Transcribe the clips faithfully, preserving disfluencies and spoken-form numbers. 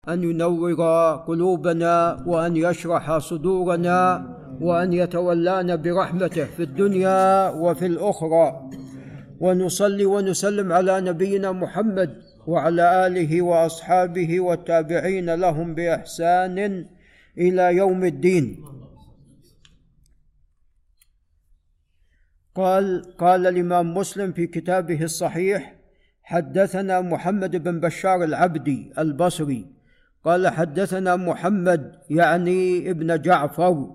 أن ينور قلوبنا وأن يشرح صدورنا وأن يتولانا برحمته في الدنيا وفي الأخرى. ونصلي ونسلم على نبينا محمد وعلى آله وأصحابه والتابعين لهم بإحسان إلى يوم الدين. قال قال الإمام مسلم في كتابه الصحيح: حدثنا محمد بن بشار العبدي البصري قال حدثنا محمد يعني ابن جعفر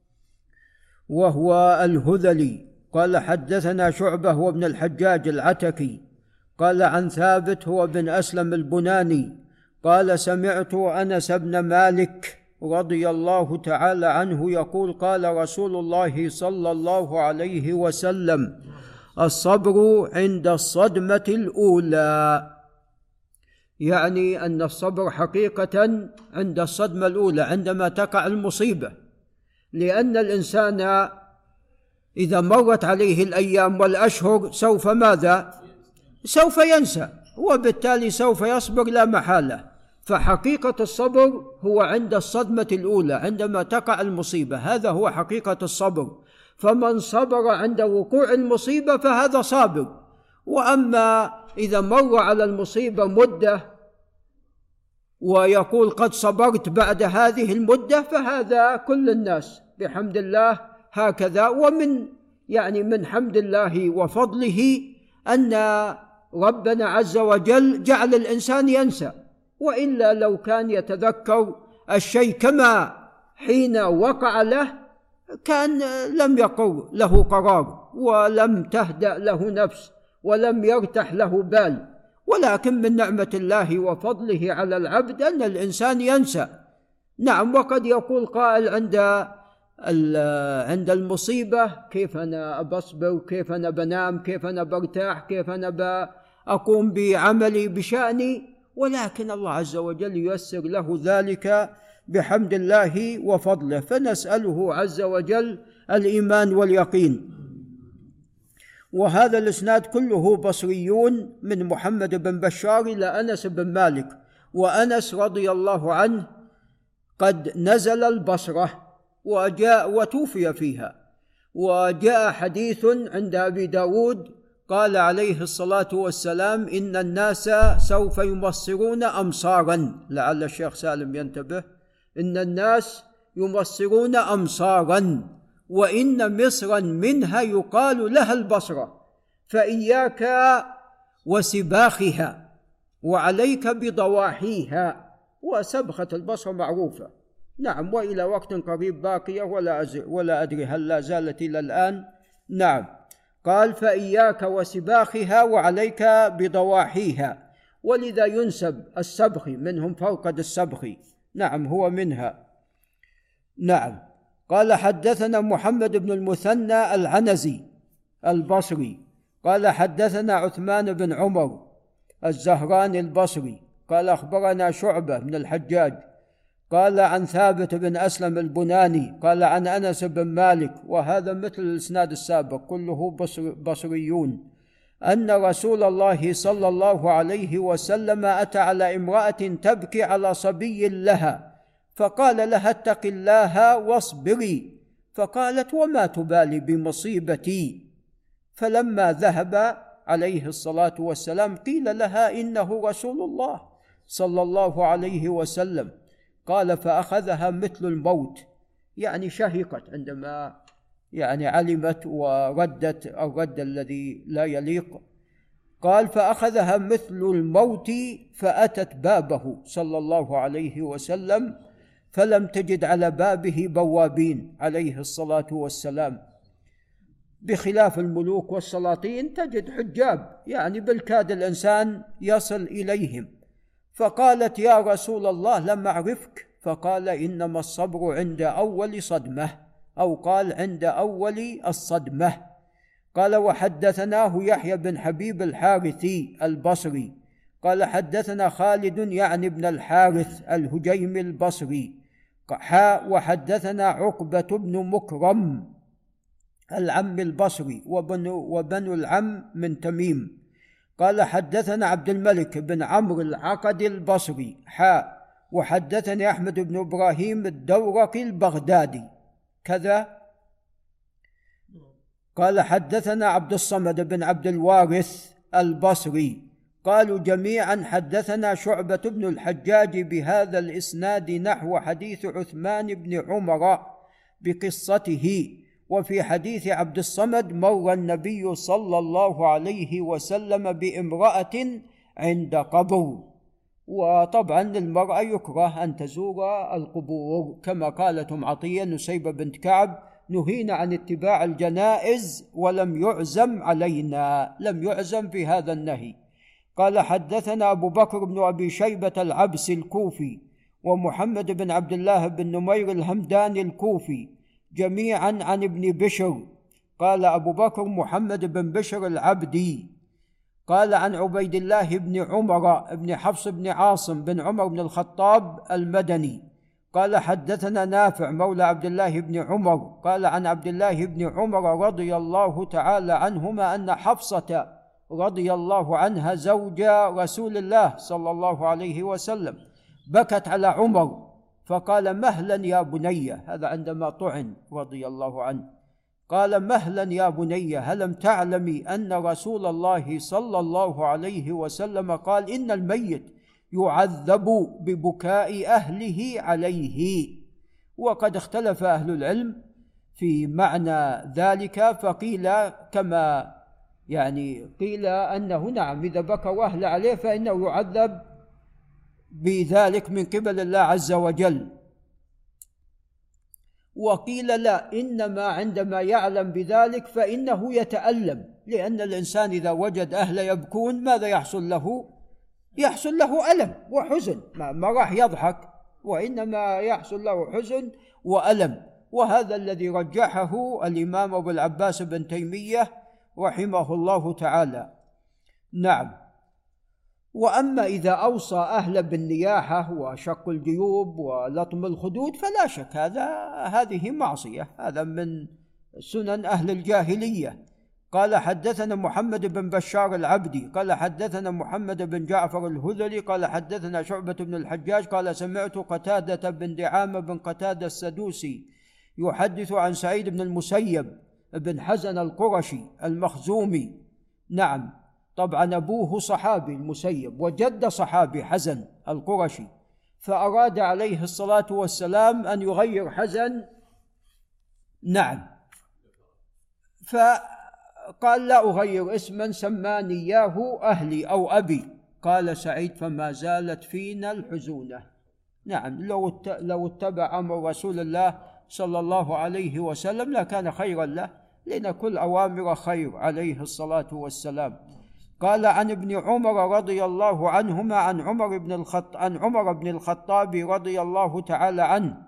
وهو الهذلي قال حدثنا شعبة هو ابن الحجاج العتكي قال عن ثابت هو بن أسلم البناني قال سمعت أنس بن مالك رضي الله تعالى عنه يقول: قال رسول الله صلى الله عليه وسلم: الصبر عند الصدمة الأولى، يعني أن الصبر حقيقة عند الصدمة الأولى، عندما تقع المصيبة، لأن الإنسان إذا مرت عليه الأيام والأشهر سوف ماذا؟ سوف ينسى، وبالتالي سوف يصبر لا محالة. فحقيقة الصبر هو عند الصدمة الأولى، عندما تقع المصيبة، هذا هو حقيقة الصبر. فمن صبر عند وقوع المصيبة فهذا صابر. وأما إذا مر على المصيبة مدة ويقول قد صبرت بعد هذه المدة، فهذا كل الناس بحمد الله هكذا. ومن يعني من حمد الله وفضله أن ربنا عز وجل جعل الإنسان ينسى، وإلا لو كان يتذكر الشيء كما حين وقع له كان لم يقر له قرار ولم تهدأ له نفس ولم يرتح له بال. ولكن من نعمة الله وفضله على العبد أن الإنسان ينسى. نعم، وقد يقول قائل عند عند المصيبة: كيف أنا بصبر، كيف أنا بنام، كيف أنا برتاح، كيف أنا بأقوم بعملي بشأني. ولكن الله عز وجل ييسر له ذلك بحمد الله وفضله، فنسأله عز وجل الإيمان واليقين. وهذا الإسناد كله بصريون من محمد بن بشار إلى أنس بن مالك، وأنس رضي الله عنه قد نزل البصرة وجاء وتوفي فيها. وجاء حديث عند أبي داود قال عليه الصلاة والسلام: إن الناس سوف يمصرون أمصارا. لعل الشيخ سالم ينتبه: إن الناس يمصرون أمصارا، وإن مصرا منها يقال لها البصرة، فإياك وسباخها وعليك بضواحيها. وسبخة البصرة معروفة. نعم، وإلى وقت قريب باقية، ولا ولا أدري هل لا زالت إلى الآن. نعم، قال: فإياك وسباخها وعليك بضواحيها. ولذا ينسب السبخ، منهم فرقد السبخ. نعم، هو منها. نعم. قال حدثنا محمد بن المثنى العنزي البصري قال حدثنا عثمان بن عمر الزهراني البصري قال أخبرنا شعبة بن الحجاج قال عن ثابت بن أسلم البناني قال عن أنس بن مالك، وهذا مثل الإسناد السابق كله بصر بصريون، أن رسول الله صلى الله عليه وسلم أتى على امرأة تبكي على صبي لها، فقال لها: اتق الله واصبري. فقالت: وما تبالي بمصيبتي؟ فلما ذهب عليه الصلاة والسلام قيل لها: إنه رسول الله صلى الله عليه وسلم. قال: فأخذها مثل الموت، يعني شهقت عندما يعني علمت وردت الرد الذي لا يليق. قال: فأخذها مثل الموت فأتت بابه صلى الله عليه وسلم فلم تجد على بابه بوابين عليه الصلاة والسلام، بخلاف الملوك والسلاطين تجد حجاب، يعني بالكاد الإنسان يصل إليهم. فقالت: يا رسول الله لم أعرفك. فقال: إنما الصبر عند أول صدمة، أو قال عند أول الصدمة. قال: وحدثناه يحيى بن حبيب الحارثي البصري قال حدثنا خالد يعني ابن الحارث الهجيمي البصري حاء وحدثنا عقبة بن مكرم العم البصري وبنو, وبنو العم من تميم قال حدثنا عبد الملك بن عمرو العقدي البصري حاء وحدثني أحمد بن إبراهيم الدورقي البغدادي كذا. قال حدثنا عبد الصمد بن عبد الوارث البصري قالوا جميعا حدثنا شعبة بن الحجاج بهذا الإسناد نحو حديث عثمان بن عمر بقصته. وفي حديث عبد الصمد مر النبي صلى الله عليه وسلم بامرأة عند قبر. وطبعا للمرأة يكره أن تزور القبور كما قالت أم عطية نسيبة بنت كعب نهينا عن اتباع الجنائز ولم يعزم علينا، لم يعزم في هذا النهي. قال حدثنا أبو بكر بن أبي شيبة العبسي الكوفي ومحمد بن عبد الله بن نمير الهمداني الكوفي جميعا عن ابن بشر. قال أبو بكر محمد بن بشر العبدي قال عن عبيد الله بن عمر بن حفص بن عاصم بن عمر بن الخطاب المدني قال حدثنا نافع مولى عبد الله بن عمر قال عن عبد الله بن عمر رضي الله تعالى عنهما أن حفصة رضي الله عنها زوج رسول الله صلى الله عليه وسلم بكت على عمر فقال مهلا يا بني، هذا عندما طعن رضي الله عنه، قال مهلا يا بني هلم تعلمي أن رسول الله صلى الله عليه وسلم قال إن الميت يعذب ببكاء أهله عليه. وقد اختلف أهل العلم في معنى ذلك، فقيل كما يعني قيل أنه نعم إذا بكى أهل عليه فإنه يعذب بذلك من قبل الله عز وجل، وقيل لا إنما عندما يعلم بذلك فإنه يتألم، لأن الإنسان إذا وجد أهل يبكون ماذا يحصل له؟ يحصل له ألم وحزن، ما راح يضحك وإنما يحصل له حزن وألم. وهذا الذي رجحه الإمام أبو العباس بن تيمية رحمه الله تعالى. نعم. وأما إذا أوصى أهل بالنياحة وشق الجيوب ولطم الخدود فلا شك هذا هذه معصية، هذا من سنن أهل الجاهلية. قال حدثنا محمد بن بشار العبدي قال حدثنا محمد بن جعفر الهذلي قال حدثنا شعبة بن الحجاج قال سمعت قتادة بن دعامة بن قتادة السدوسي يحدث عن سعيد بن المسيب بن حزن القرشي المخزومي. نعم، طبعا أبوه صحابي المسيب وجد صحابي حزن القرشي، فأراد عليه الصلاة والسلام أن يغير حزن. نعم، فقال لا أغير اسما سماني إياه أهلي أو أبي. قال سعيد فما زالت فينا الحزونة. نعم، لو لو اتبع أمر رسول الله صلى الله عليه وسلم لكان خيرا له، لأن كل أوامر خير عليه الصلاة والسلام. قال عن ابن عمر رضي الله عنهما عن عمر بن الخط عن عمر بن الخطاب رضي الله تعالى عنه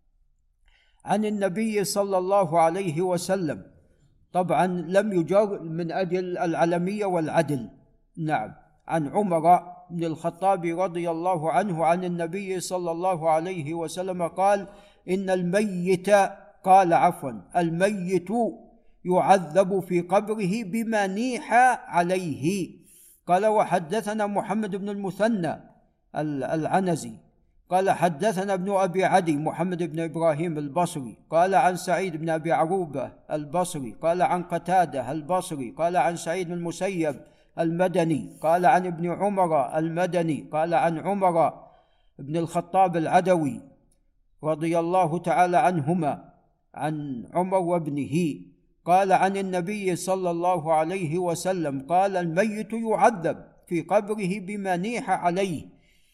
عن النبي صلى الله عليه وسلم، طبعا لم يجر من أجل العلمية والعدل. نعم، عن عمر بن الخطاب رضي الله عنه عن النبي صلى الله عليه وسلم قال إن الميت قال عفوا الميت يعذب في قبره بما نيح عليه. قال وحدثنا محمد بن المثنى العنزي قال حدثنا ابن أبي عدي محمد بن إبراهيم البصري قال عن سعيد بن أبي عروبة البصري قال عن قتادة البصري قال عن سعيد بن المسيب المدني قال عن ابن عمر المدني قال عن عمر بن الخطاب العدوي رضي الله تعالى عنهما عن عمر وابنه قال عن النبي صلى الله عليه وسلم قال الميت يعذب في قبره بما نيح عليه.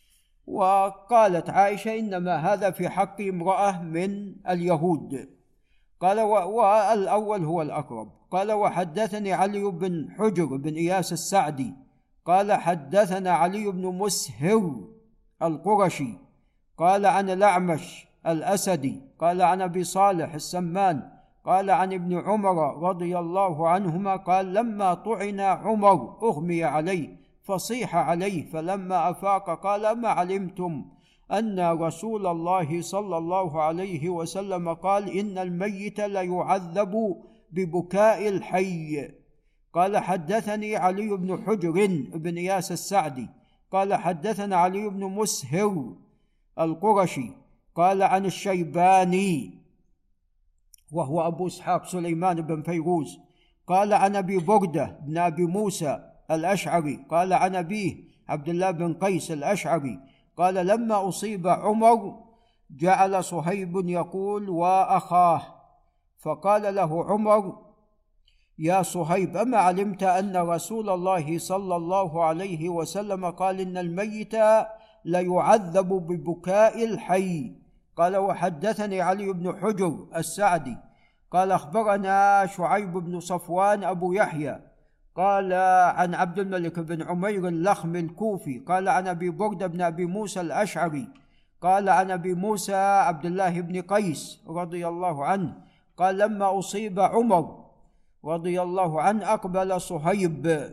وقالت عائشة إنما هذا في حق امرأة من اليهود. قال والأول هو الأقرب. قال وحدثني علي بن حجر بن إياس السعدي قال حدثنا علي بن مسهر القرشي قال عن الأعمش الأسدي قال عن أبي صالح السمان قال عن ابن عمر رضي الله عنهما قال لما طعن عمر أغمي عليه فصيح عليه فلما أفاق قال ما علمتم أن رسول الله صلى الله عليه وسلم قال إن الميت ليعذب ببكاء الحي. قال حدثني علي بن حجر بن إياس السعدي قال حدثنا علي بن مسهر القرشي قال عن الشيباني وهو أبو إسحاق سليمان بن فيروز قال عن أبي بردة بن أبي موسى الأشعري قال عن أبيه عبد الله بن قيس الأشعري قال لما أصيب عمر جعل صهيب يقول وأخاه، فقال له عمر يا صهيب أما علمت أن رسول الله صلى الله عليه وسلم قال إن الميت ليعذب ببكاء الحي؟ قال وحدثني علي بن حجر السعدي قال أخبرنا شعيب بن صفوان أبو يحيى قال عن عبد الملك بن عمير اللخمي الكوفي قال عن أبي بردة بن أبي موسى الأشعري قال عن أبي موسى عبد الله بن قيس رضي الله عنه قال لما أصيب عمر رضي الله عنه أقبل صهيب.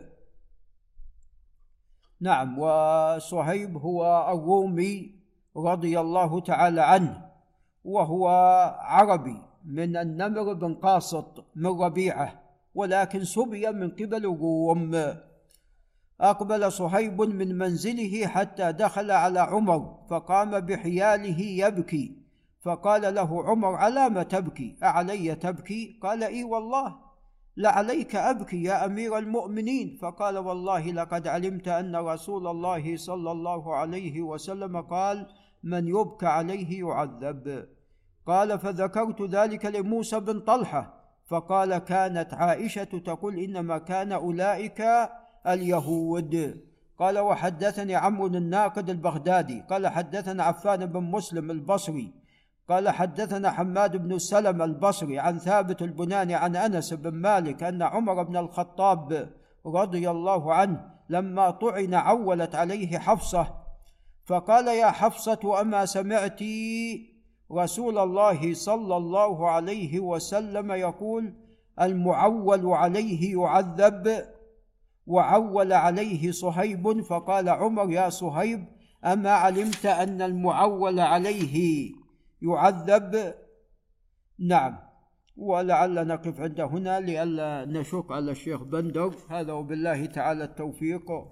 نعم، وصهيب هو الرومي رضي الله تعالى عنه، وهو عربي من النمر بن قاسط من ربيعة، ولكن سبي من قبل الروم. أقبل صهيب من منزله حتى دخل على عمر فقام بحياله يبكي، فقال له عمر على ما تبكي؟ أعلي تبكي؟ قال إي والله لعليك أبكي يا أمير المؤمنين. فقال والله لقد علمت أن رسول الله صلى الله عليه وسلم قال من يبكى عليه يعذب. قال فذكرت ذلك لموسى بن طلحة فقال كانت عائشة تقول إنما كان أولئك اليهود. قال وحدثني عمرو الناقد البغدادي قال حدثنا عفان بن مسلم البصري قال حدثنا حماد بن سلم البصري عن ثابت البناني عن أنس بن مالك أن عمر بن الخطاب رضي الله عنه لما طعن عولت عليه حفصة فقال يا حفصة أما سمعت رسول الله صلى الله عليه وسلم يقول المعول عليه يعذب؟ وعول عليه صهيب. فقال عمر يا صهيب أما علمت أن المعول عليه يعذب؟ نعم. ولعل نقف عند هنا لئلا نشق على الشيخ بندر. هذا وبالله تعالى التوفيق.